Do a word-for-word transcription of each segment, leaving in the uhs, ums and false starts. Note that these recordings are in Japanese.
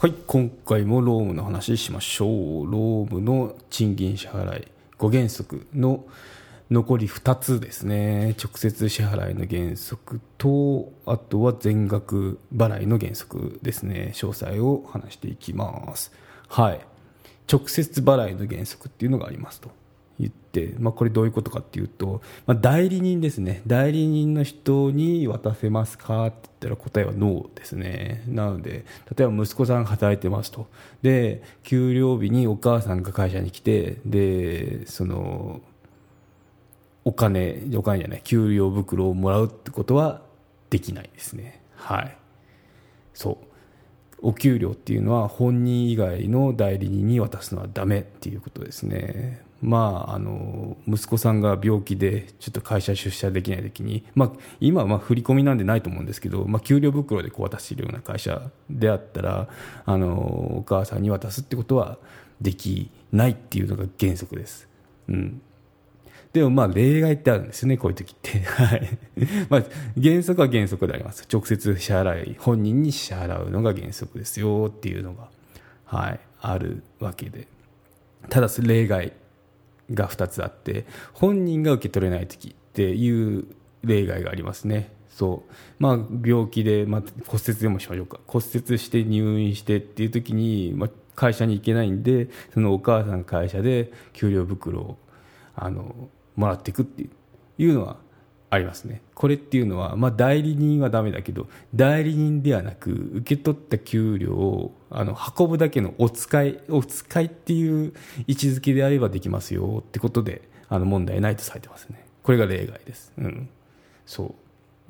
はい、今回も労務の話しましょう。労務の賃金支払いご原則の残りふたつですね。直接支払いの原則と、あとは全額払いの原則ですね。詳細を話していきます。はい、直接払いの原則っていうのがありますと言って、まあ、これどういうことかっていうと、まあ、代理人ですね。代理人の人に渡せますかって言ったら答えはノーですね。なので例えば息子さんが働いてますと、で給料日にお母さんが会社に来て、でそのお金お金じゃない給料袋をもらうってことはできないですね。はい、そうお給料っていうのは本人以外の代理人に渡すのはダメっていうことですね。まあ、あの息子さんが病気でちょっと会社出社できないときに、まあ、今はまあ振り込みなんでないと思うんですけど、まあ、給料袋でこう渡しているような会社であったら、あのお母さんに渡すってことはできないっていうのが原則です。うん、でもまあ例外ってあるんですよね、こういう時って。はい、まあ原則は原則であります。直接支払い、本人に支払うのが原則ですよっていうのが、はい、あるわけで、ただ例外がふたつあって、本人が受け取れない時っていう例外がありますね。そうまあ、病気で、まあ、骨折でもしましょうか、骨折して入院してっていう時に、まあ、会社に行けないんで、そのお母さん会社で給料袋をあのもらっていくっていうのはありますね。これっていうのは、まあ、代理人はダメだけど、代理人ではなく受け取った給料をあの運ぶだけのお使いお使いっていう位置づけであればできますよってことで、あの問題ないとされてますね。これが例外です。うん、そう、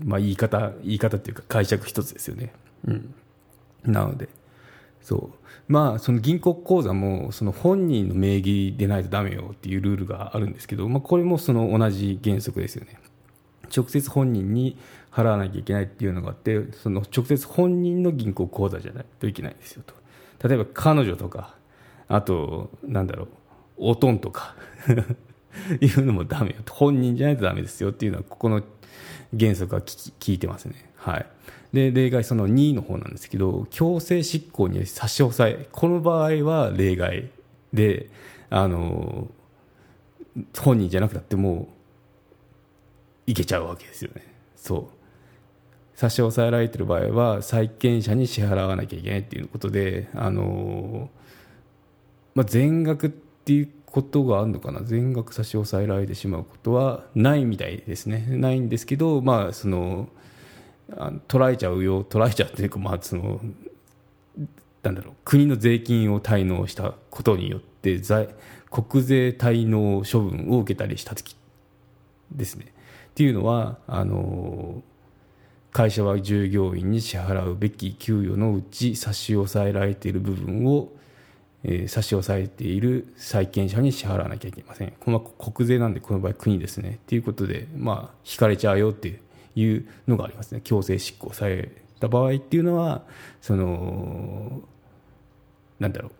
まあ、言い方言い方っていうか解釈一つですよね。うん、なのでそうまあ、その銀行口座もその本人の名義でないとダメよっていうルールがあるんですけど、まあ、これもその同じ原則ですよね。直接本人に払わなきゃいけないっていうのがあって、その直接本人の銀行口座じゃないといけないんですよと。例えば彼女とか、あとなんだろう、おとんとかいうのもダメよと、本人じゃないとダメですよっていうのはここの原則は聞き聞いてますね。はい、で例外そのにの方なんですけど、強制執行により差し押さえ、この場合は例外で、あの本人じゃなくたってもいけちゃうわけですよね。そう差し押さえられている場合は債権者に支払わなきゃいけないっていうことで、あの、まあ、全額っていうことがあるのかな。全額差し押さえられてしまうことはないみたいですね。ないんですけど、まあそのあの取られちゃうよ取られちゃうっていうか、まあそのなんだろう、国の税金を滞納したことによって在国税滞納処分を受けたりした時ですね。っていうのは、あの会社は従業員に支払うべき給与のうち差し押さえられている部分を、えー、差し押さえている債権者に支払わなきゃいけません。この国税なんで、この場合国ですねっていうことで、まあ引かれちゃうよっていうのがありますね。強制執行された場合っていうのは、そのなんだろう、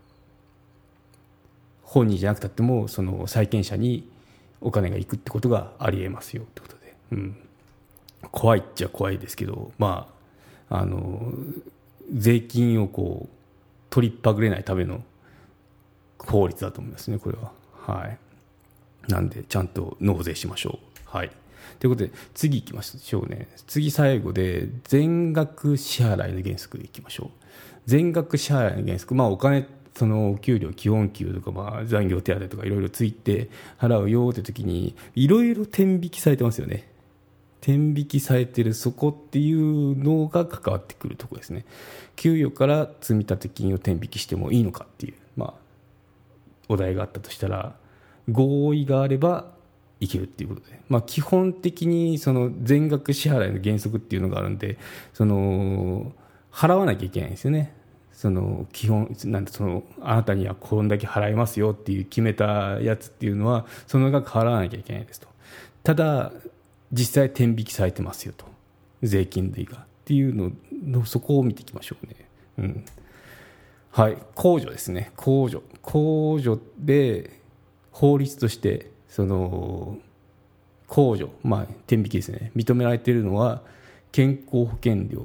本人じゃなくたってもその債権者にお金が行くってことがありえますよってことで、うん、怖いっちゃ怖いですけど、まああの税金をこう取りっぱぐれないための法律だと思いますね、これは。はい、なんでちゃんと納税しましょう。はい、ということで次行きましょうね。次最後で全額支払いの原則でいきましょう。全額支払いの原則、まあ、お金、そのお給料、基本給とか、まあ、残業手当とかいろいろついて払うよって時にいろいろ天引きされてますよね。天引きされてるそこっていうのが関わってくるところですね。給与から積立金を天引きしてもいいのかっていう、まあ、お題があったとしたら、合意があればいけるっていうことで、まあ、基本的にその全額支払いの原則っていうのがあるんで、その払わなきゃいけないんですよね。その基本なんて、そのあなたにはこんだけ払いますよっていう決めたやつっていうのはその額払わなきゃいけないですと。ただ実際天引きされてますよと、税金類がっていうのの、そこを見ていきましょうね。うん、はい、控除ですね。控除控除で法律としてその控除、まあ天引きですね、認められているのは健康保険料、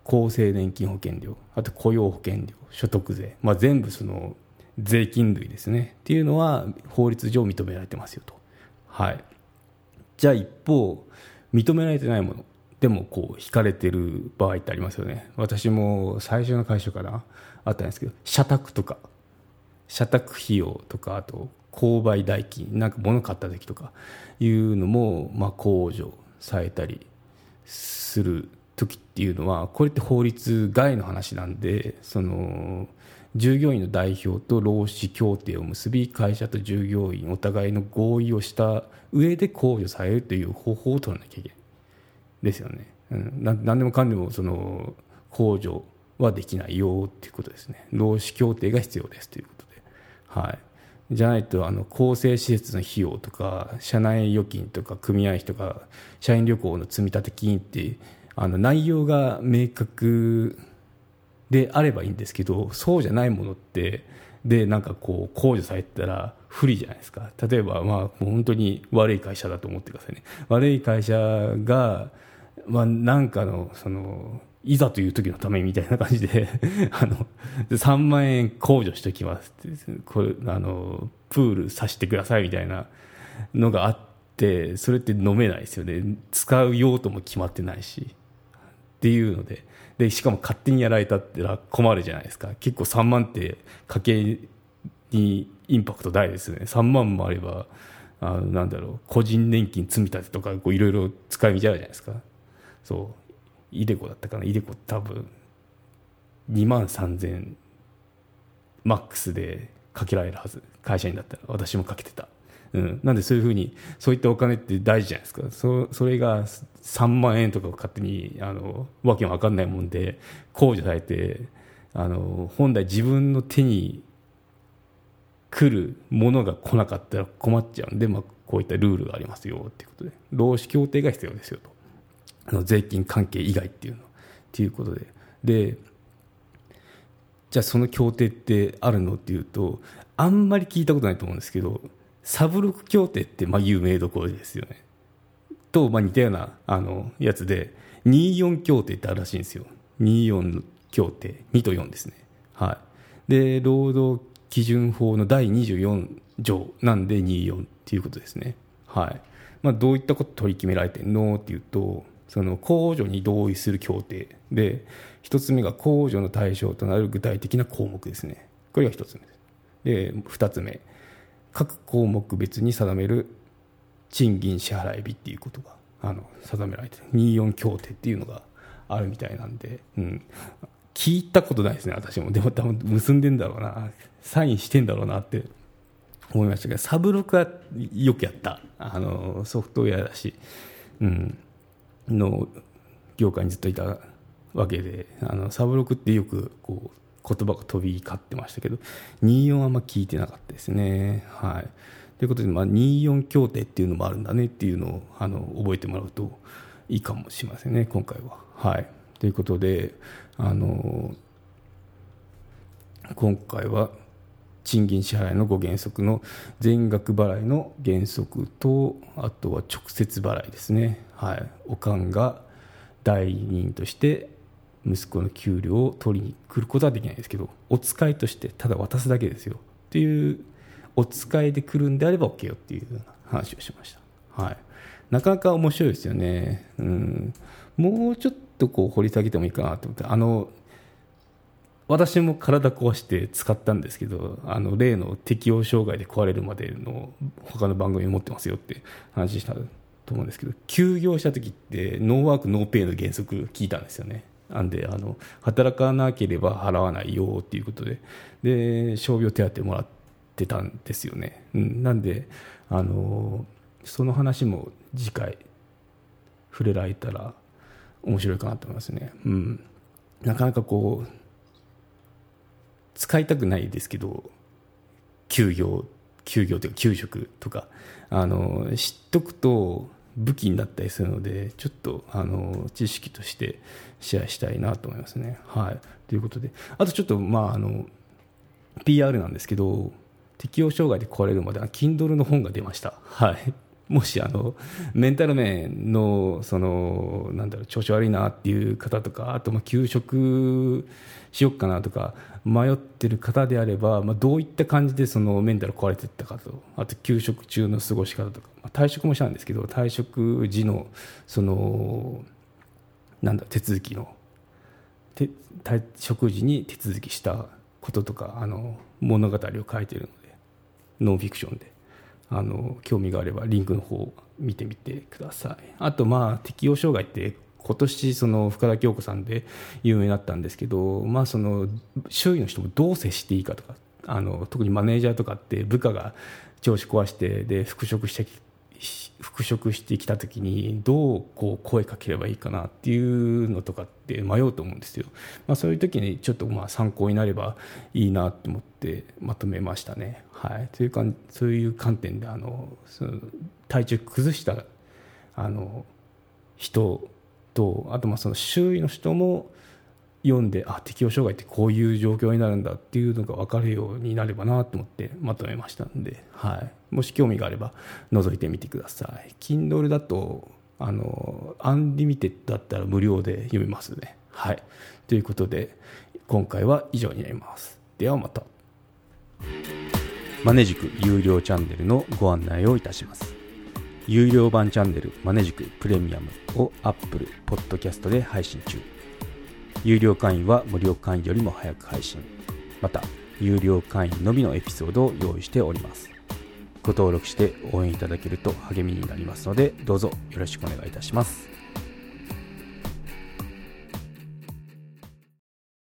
厚生年金保険料、あと雇用保険料、所得税、まあ、全部その税金類ですねっていうのは法律上認められてますよと。はい、じゃあ一方認められてないものでもこう引かれてる場合ってありますよね。私も最初の会社かなあったんですけど、社宅とか社宅費用とか、あと購買代金、なんか物買った時とかいうのもまあ控除されたりする時っていうのは、これって法律外の話なんで、その従業員の代表と労使協定を結び、会社と従業員お互いの合意をした上で控除されるという方法を取らなきゃいけないですよね。うん、な何でもかんでもその控除はできないよっていうことですね。労使協定が必要ですということで、はい、じゃないとあの公正施設の費用とか社内預金とか組合費とか社員旅行の積立金ってあの内容が明確であればいいんですけど、そうじゃないものってでなんかこう控除されてたら不利じゃないですか。例えばまあもう本当に悪い会社だと思ってくださいね。悪い会社がまあなんかのそのいざという時のためみたいな感じであのさんまんえん控除しておきますってこれあのプールさせてくださいみたいなのがあって、それって飲めないですよね。使う用途も決まってないしっていうので、でしかも勝手にやられたってのは困るじゃないですか。結構さんまんって家計にインパクト大ですよね。さんまんもあればあのなんだろう個人年金積み立てとかいろいろ使い道あるじゃないですか。そうイデコだったかな、イデコ多分にまんさんぜんマックスでかけられるはず。会社員だったら私もかけてた、うん、なんでそういうふうにそういったお金って大事じゃないですか。 そ, それがさんまんえんとかを勝手にあのわけわかんないもんで控除されて、あの本来自分の手に来るものが来なかったら困っちゃうんで、まあ、こういったルールがありますよということで、労使協定が必要ですよと、あの税金関係以外っていうのっていうことで、でじゃあその協定ってあるのっていうとあんまり聞いたことないと思うんですけど、サブロク協定ってまあ有名どころですよね。とまあ似たようなあのやつでにじゅうよん協定ってあるらしいんですよ。にじゅうよん協定にとよんですね。はい、で労働基準法のだいにじゅうよん条なんでにじゅうよんっていうことですね。はい、まあ、どういったこと取り決められてんのっていうと、その控除に同意する協定で、一つ目が控除の対象となる具体的な項目ですね。これが一つ目です。で二つ目、各項目別に定める賃金支払い日っていうことがあの定められてにじゅうよん協定っていうのがあるみたいなんで、うん、聞いたことないですね私も。でも多分結んでんだろうな、サインしてんだろうなって思いましたけど、サブロクはよくやったあのソフトウェアだし、うん、の業界にずっといたわけで、あのサブロクってよくこう言葉が飛び交ってましたけどにじゅうよんはあんま聞いてなかったですね。はい、ということで、まあ、にじゅうよん協定っていうのもあるんだねっていうのをあの覚えてもらうといいかもしれませんね今回は。はい、ということであの今回は賃金支払いのご原則の全額払いの原則と、あとは直接払いですね。はい、おかんが代理人として息子の給料を取りに来ることはできないですけど、お使いとしてただ渡すだけですよっていう、お使いで来るんであれば OK よっていう話をしました。はい、なかなか面白いですよね。うん、もうちょっとこう掘り下げてもいいかなと思って、あの私も体壊して使ったんですけど、あの例の適応障害で壊れるまでの他の番組を持ってますよって話したと思うんですけど、休業した時ってノーワークノーペイの原則聞いたんですよね。なんであの働かなければ払わないよっていうことで、で傷病手当もらってたんですよね。うん、なんであのその話も次回触れられたら面白いかなと思いますね。うん、なかなかこう使いたくないですけど、休業休業というか休職とかあの知っとくと武器になったりするので、ちょっとあの知識としてシェアしたいなと思いますね。はい、ということで、あとちょっとまああの ピーアール なんですけど、適応障害で壊れるまでは Kindle の本が出ました。はい、 もしあのメンタル面のそのなんだろう調子悪いなっていう方とか、あとまあ休職しよっかなとか迷ってる方であれば、まあ、どういった感じでそのメンタル壊れていったかと、あと休職中の過ごし方とか、まあ、退職もしたんですけど、退職時のそのなんだ手続きのて退職時に手続きしたこととか、あの物語を書いているので、ノンフィクションで、あの興味があればリンクの方を見てみてください。あとまあ適応障害って今年その深田恭子さんで有名になったんですけど、まあ、その周囲の人もどう接していいかとか、あの特にマネージャーとかって部下が調子壊してで復職して復職してきた時にどうこう声かければいいかなっていうのとかって迷うと思うんですよ。まあ、そういう時にちょっとまあ参考になればいいなと思ってまとめましたね。はい、というかそういう観点であのその体調崩したあの人と、あとまあその周囲の人も読んで、あ、適応障害ってこういう状況になるんだっていうのが分かるようになればなと思ってまとめましたので、はい、もし興味があれば覗いてみてください。 Kindle だとあのアンリミテッドだったら無料で読めますね。はい、ということで今回は以上になります。ではまた。マネジク有料チャンネルのご案内をいたします。有料版チャンネルマネジクプレミアムを Apple Podcast で配信中。有料会員は無料会員よりも早く配信。また有料会員のみのエピソードを用意しております。ご登録して応援いただけると励みになりますので、どうぞよろしくお願いいたします。